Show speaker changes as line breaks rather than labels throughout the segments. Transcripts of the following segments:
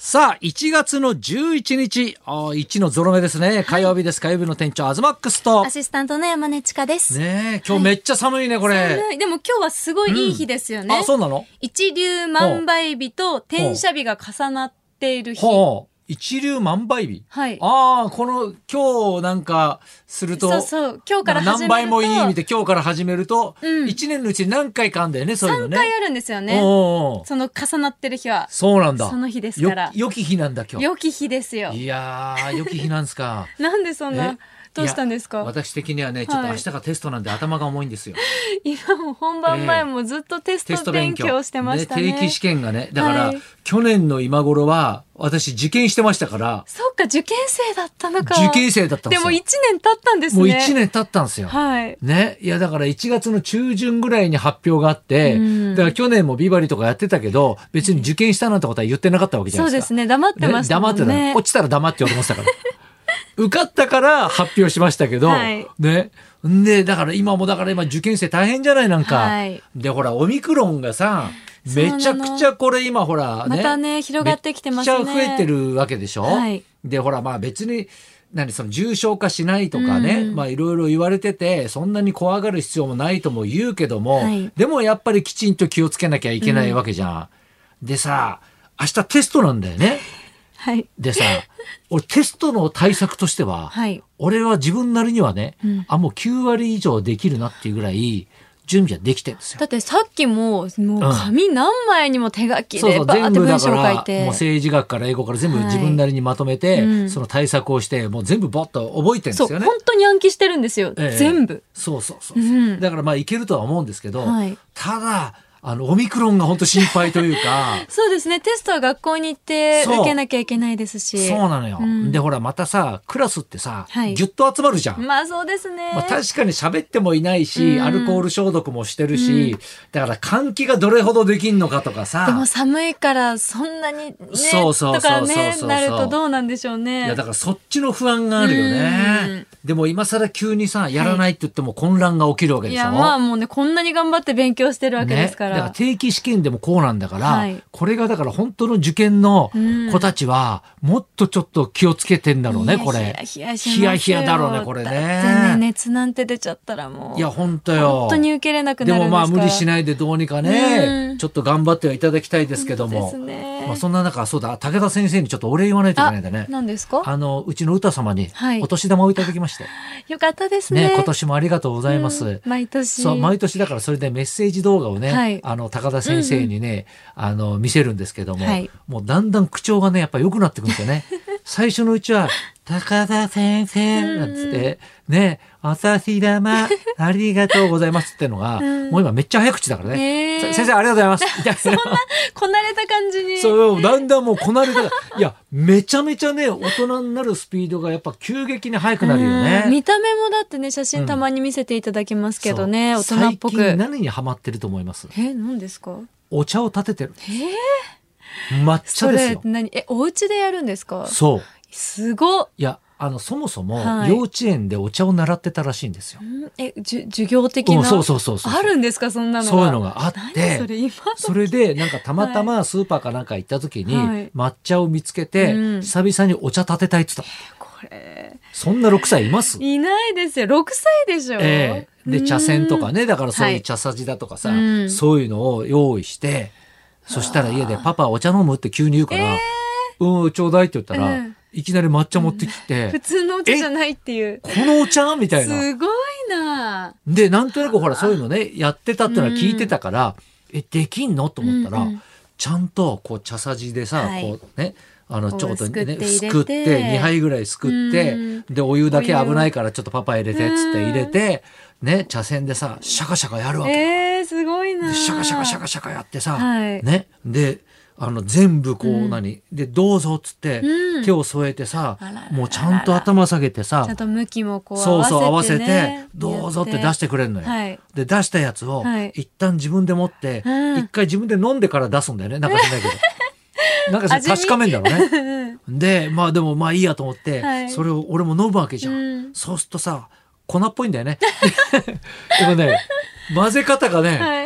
さあ1月の11日1のゾロ目ですね。火曜日です。火曜日の店長アズマックスと
アシスタントの山根千佳です。
ねえ今日めっちゃ寒いねこれ、
寒い。でも今日はすごいいい日ですよね。
あ、そうなの？
一粒万倍日と天赦日が重なっている日。
ほう、一粒万倍日。
はい。
ああ、この今日なんかすると
そうそう今日から始めると
何倍もいい意味で今日から始めると、
うん
1年のうちに何回かあんだよね、そういうのね。
3回あるんですよね。
おうおうおう、
その重なってる日は
そうなんだ。
その日ですから
良き日なんだ今日。
良き日ですよ。
いやー良き日なんですか。
なんでそんな
え
どうしたんですか？
私的にはねちょっと明日がテストなんで頭が重いんですよ。
今も本番前もずっとテスト勉強してましたね。
定期試験がね、だから、
はい、
去年の今頃は私受験してましたから。
そっか、受験生だったのか。
受験生だったんですよ。
でも1年経ったんですね。
もう1年経ったんですよ。
はい。
ね、いやだから1月の中旬ぐらいに発表があって、だから去年もビバリとかやってたけど別に受験したなんてことは言ってなかったわけじゃないですか。
そうですね、黙ってましたもんね。
黙ってた。落ちたら黙って言おうと思ってたから。受かったから発表しましたけど、
はい、
ね。で、だから今受験生大変じゃないなんか。
はい、
で、ほら、オミクロンがさ、めちゃくちゃこれ今ほら、ね。
またね、広がってきてますね。
めっちゃ増えてるわけでしょ。
はい、
で、ほら、まあ別に、その重症化しないとかね、まあいろいろ言われてて、そんなに怖がる必要もないとも言うけども、
はい、
でもやっぱりきちんと気をつけなきゃいけないわけじゃん。でさ、明日テストなんだよね。
はい、
でさ、俺テストの対策としては、
はい、
俺は自分なりにはね、もう9割以上できるなっていうぐらい準備はできてるんですよ。
だってさっきもう紙何枚にも手書きでバーって文章を書いて、
もう政治学から英語から全部自分なりにまとめて、その対策をしてもう全部ボッと覚えてるんですよね。
そう、本当に暗記してるんですよ、全部。
そう、だからまあいけるとは思うんですけど、ただオミクロンが本当心配というか。
そうですね、テストは学校に行って受けなきゃいけないですし。
そうなのよ。で、ほら、またさ、クラスってさ、ぎゅっと集まるじゃん。
まあそうですね。
まあ確かに喋ってもいないし、アルコール消毒もしてるし、だから換気がどれほどできんのかとかさ。
でも寒いからそんなにね、とかね、なるとどうなんでしょうね。
いや、だからそっちの不安があるよね。でも今更急にさ、やらないって言っても混乱が起きるわけでしょ。
いや、まあもうね、こんなに頑張って勉強してるわけですから。
だから定期試験でもこうなんだから、これがだから本当の受験の子たちはもっとちょっと気をつけてんだろうね、これ。
ヒヤヒヤ
だろうね、これね。
だってね、熱なんて出ちゃったらもう。
いや、本当よ。
本当に受けれなくなるんですから。
でもまあ無理しないでどうにかね、ちょっと頑張ってはいただきたいですけども。まあそんな中、そうだ、武田先生にちょっとお礼言わないといけないんだね。
何ですか？
うちの歌様にお年玉をいただきまして。
よかったですね。
今年もありがとうございます。
毎年。
そう、毎年だからそれでメッセージ動画をね、高田先生にね、見せるんですけども、もうだんだん口調がね、やっぱ良くなってくるんですよね。最初のうちは、高田先生なんつって、ね、お年玉ありがとうございますってのが、もう今めっちゃ早口だからね。先生ありがとうございます。みたいな。
そんなこなれた感じに。
そう、だんだんもうこなれた。いや、めちゃめちゃね、大人になるスピードがやっぱ急激に速くなるよね。
見た目もだってね、写真たまに見せていただきますけどね、大人っぽく。
最近何にハマってると思います？
何ですか？
お茶を立ててる。抹茶ですよ。
それお家でやるんですか？
そう。
すごっ。
いや、そもそも幼稚園でお茶を習ってたらしいんですよ。
授業的な。
そう。
あるんですか、そんなのが。
そういうのがあって。それでなんかたまたまスーパーかなんか行った時に抹茶を見つけて、久々にお茶立てたいって言った。
これ。
そんな6歳います？
いないですよ。6歳でしょ。
で、茶筅とかね、だからそういう茶さじだとかさ、そういうのを用意して、そしたら家でパパお茶飲むって急に言うから、ちょうだいって言ったら、いきなり抹茶持ってきて、
普通のお茶じゃないっていう。
このお茶みたいな。
すごいな。
で、なんとなくほらそういうのね、やってたってのは聞いてたから、できんのと思ったら、ちゃんとこう茶さじでさ、こうね、ちょっとね、すくって2杯ぐらいすくって、でお湯だけ危ないからちょっとパパ入れてっつって入れて、ね、茶筅でさシャカシャカやるわけ。
すごいな。
でシャカシャカやってさ、ね、で全部こうでどうぞっつって手を添えてさ、もうちゃんと頭下げてさ、
ちゃんと向きもこう
合わせてどうぞって出してくれるのよ。で出したやつを一旦自分で持って一回自分で飲んでから出すんだよね。なんかしないけど。なんか確かめんだろうね。で、まあでもまあいいやと思って、それを俺も飲むわけじゃん。そうするとさ、粉っぽいんだよね。でもね、混ぜ方がね、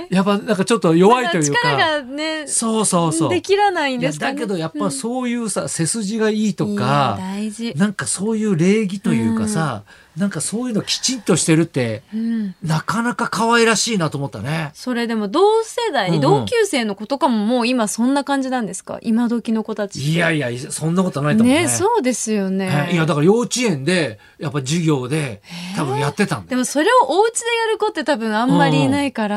やっぱなんかちょっと弱いというか。
力がね、
そうそうそう。
できらないんですかね。
だけどやっぱそういうさ、背筋がいいとか、
大事。
なんかそういう礼儀というかさ、なんかそういうのきちんとしてるって、なかなか可愛らしいなと思ったね。
それでも同世代、同級生の子とかももう今そんな感じなんですか？今時の子たちって。
いやいや、そんなことないと思うね。
ね、そうですよね。
いや、だから幼稚園で、やっぱ授業で多分やってたんだよ。
でもそれをお家でやる子って多分あんまりいないから。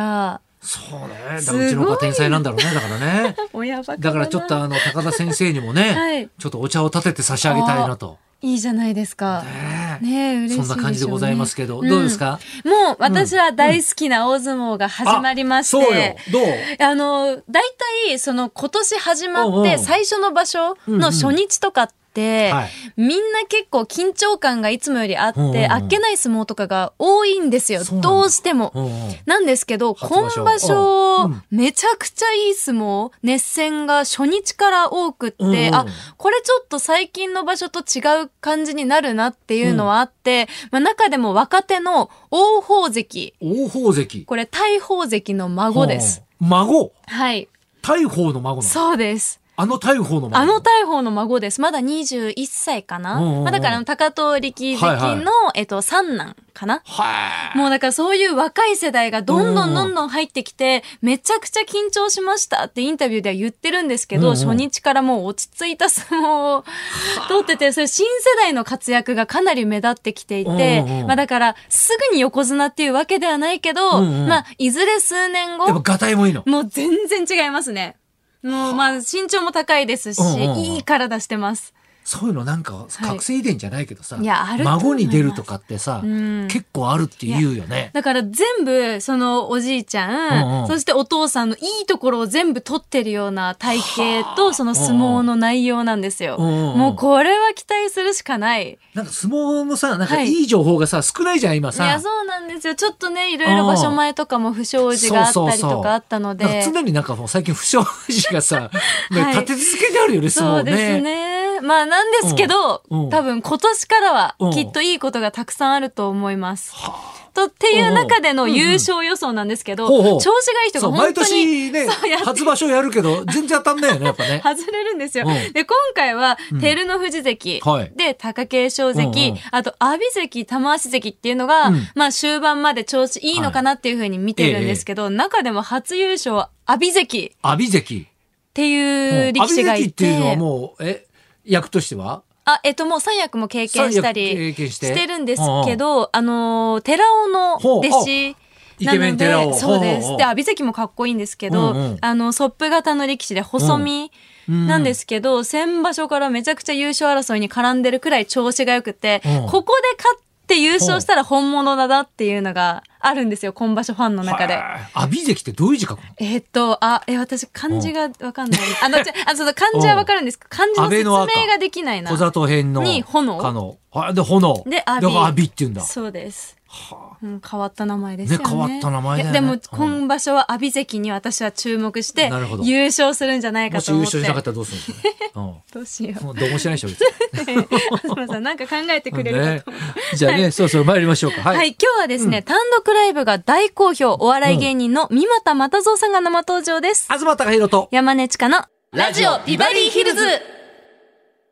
そうね。だからうちの子は天才なんだろうね。だからね。
親バカだな。
だからちょっと高田先生にもね、ちょっとお茶を立てて差し上げたいなと。
いいじゃないですか。ねえ、嬉しいでしょうね。
そんな感じでございますけど、どうですか？
もう私は大好きな大相撲が始まりまして、
そうよ。どう？
大体その今年始まって最初の場所の初日とかって、みんな結構緊張感がいつもよりあって、あっけない相撲とかが多いんですよ。どうしても。なんですけど、今場所、めちゃくちゃいい相撲、熱戦が初日から多くって、あ、これちょっと最近の場所と違う感じになるなっていうのはあって、まあ、中でも若手の王鵬関。
王鵬関。
これ大鵬関の孫です。
孫？
はい。
大鵬の孫なの？
そうです。
大鵬の孫。
大鵬の孫です。まだ21歳かな。まあ、だから高藤力関の、三男かな。もうだからそういう若い世代がどんどん入ってきて、めちゃくちゃ緊張しましたってインタビューでは言ってるんですけど、初日からもう落ち着いた相撲を取ってて、それ新世代の活躍がかなり目立ってきていて、まあだからすぐに横綱っていうわけではないけど、まあいずれ数年後。
やっぱガタイもいいの？
もう全然違いますね。もうまあ身長も高いですし、いい体してます。
そういうのなんか覚醒遺伝じゃないけどさ、
孫
に出るとかってさ、結構あるって言うよね。
だから全部そのおじいちゃん、そしてお父さんのいいところを全部取ってるような体型とその相撲の内容なんですよ。もうこれは期待するしかない。
なんか相撲もさ、なんかいい情報がさ、少ないじゃん今さ。
いやそうなんですよ。ちょっとね、いろいろ場所前とかも不祥事があったりとかあったので、
常になんかもう最近不祥事がさ、立て続けにあるよね、相撲ね。
そうですね。まあなんですけど、多分今年からはきっといいことがたくさんあると思います。っていう中での優勝予想なんですけど、調子がいい人が本当に
毎年ね、初場所やるけど全然当たんないよね、やっぱね。
外れるんですよ。で、今回は照ノ富士関、で貴景勝関、あと阿炎関、玉鷲関っていうのが、まあ終盤まで調子いいのかなっていうふうに見てるんですけど、中でも初優勝は阿炎関。
阿炎関
っていう力士がいて。阿炎関
っていうのはもう、役としては
もう三役も経験したりしてるんですけど、寺尾の弟子なので、そうです。で、阿炎関もかっこいいんですけど、ソップ型の力士で細身なんですけど、先場所からめちゃくちゃ優勝争いに絡んでるくらい調子が良くて、ここで勝って優勝したら本物だなっていうのがあるんですよ、今場所ファンの中で。
阿炎関ってどういう字書くの？
私漢字がわかんない。その漢字はわかるんですけど、漢字の説明ができないな。
小里編の
に炎。
で炎。
で阿
炎って言うんだ。
そうです。変わった名前ですよね。
変わった名前だよね。
でも今場所は阿炎関に私は注目して優勝するんじゃないかと思って。
もし優勝しなかったらどうするんですか？
どうしよう。
もうどうもしないでしょ。
東さんなんか考えてくれるかと。
じゃあね、そう参りましょうか。
はい、今日はですね、単独ライブが大好評、お笑い芸人の三股又三さんが生登場です。
東貴博と
山根千佳のラジオビバリーヒルズ。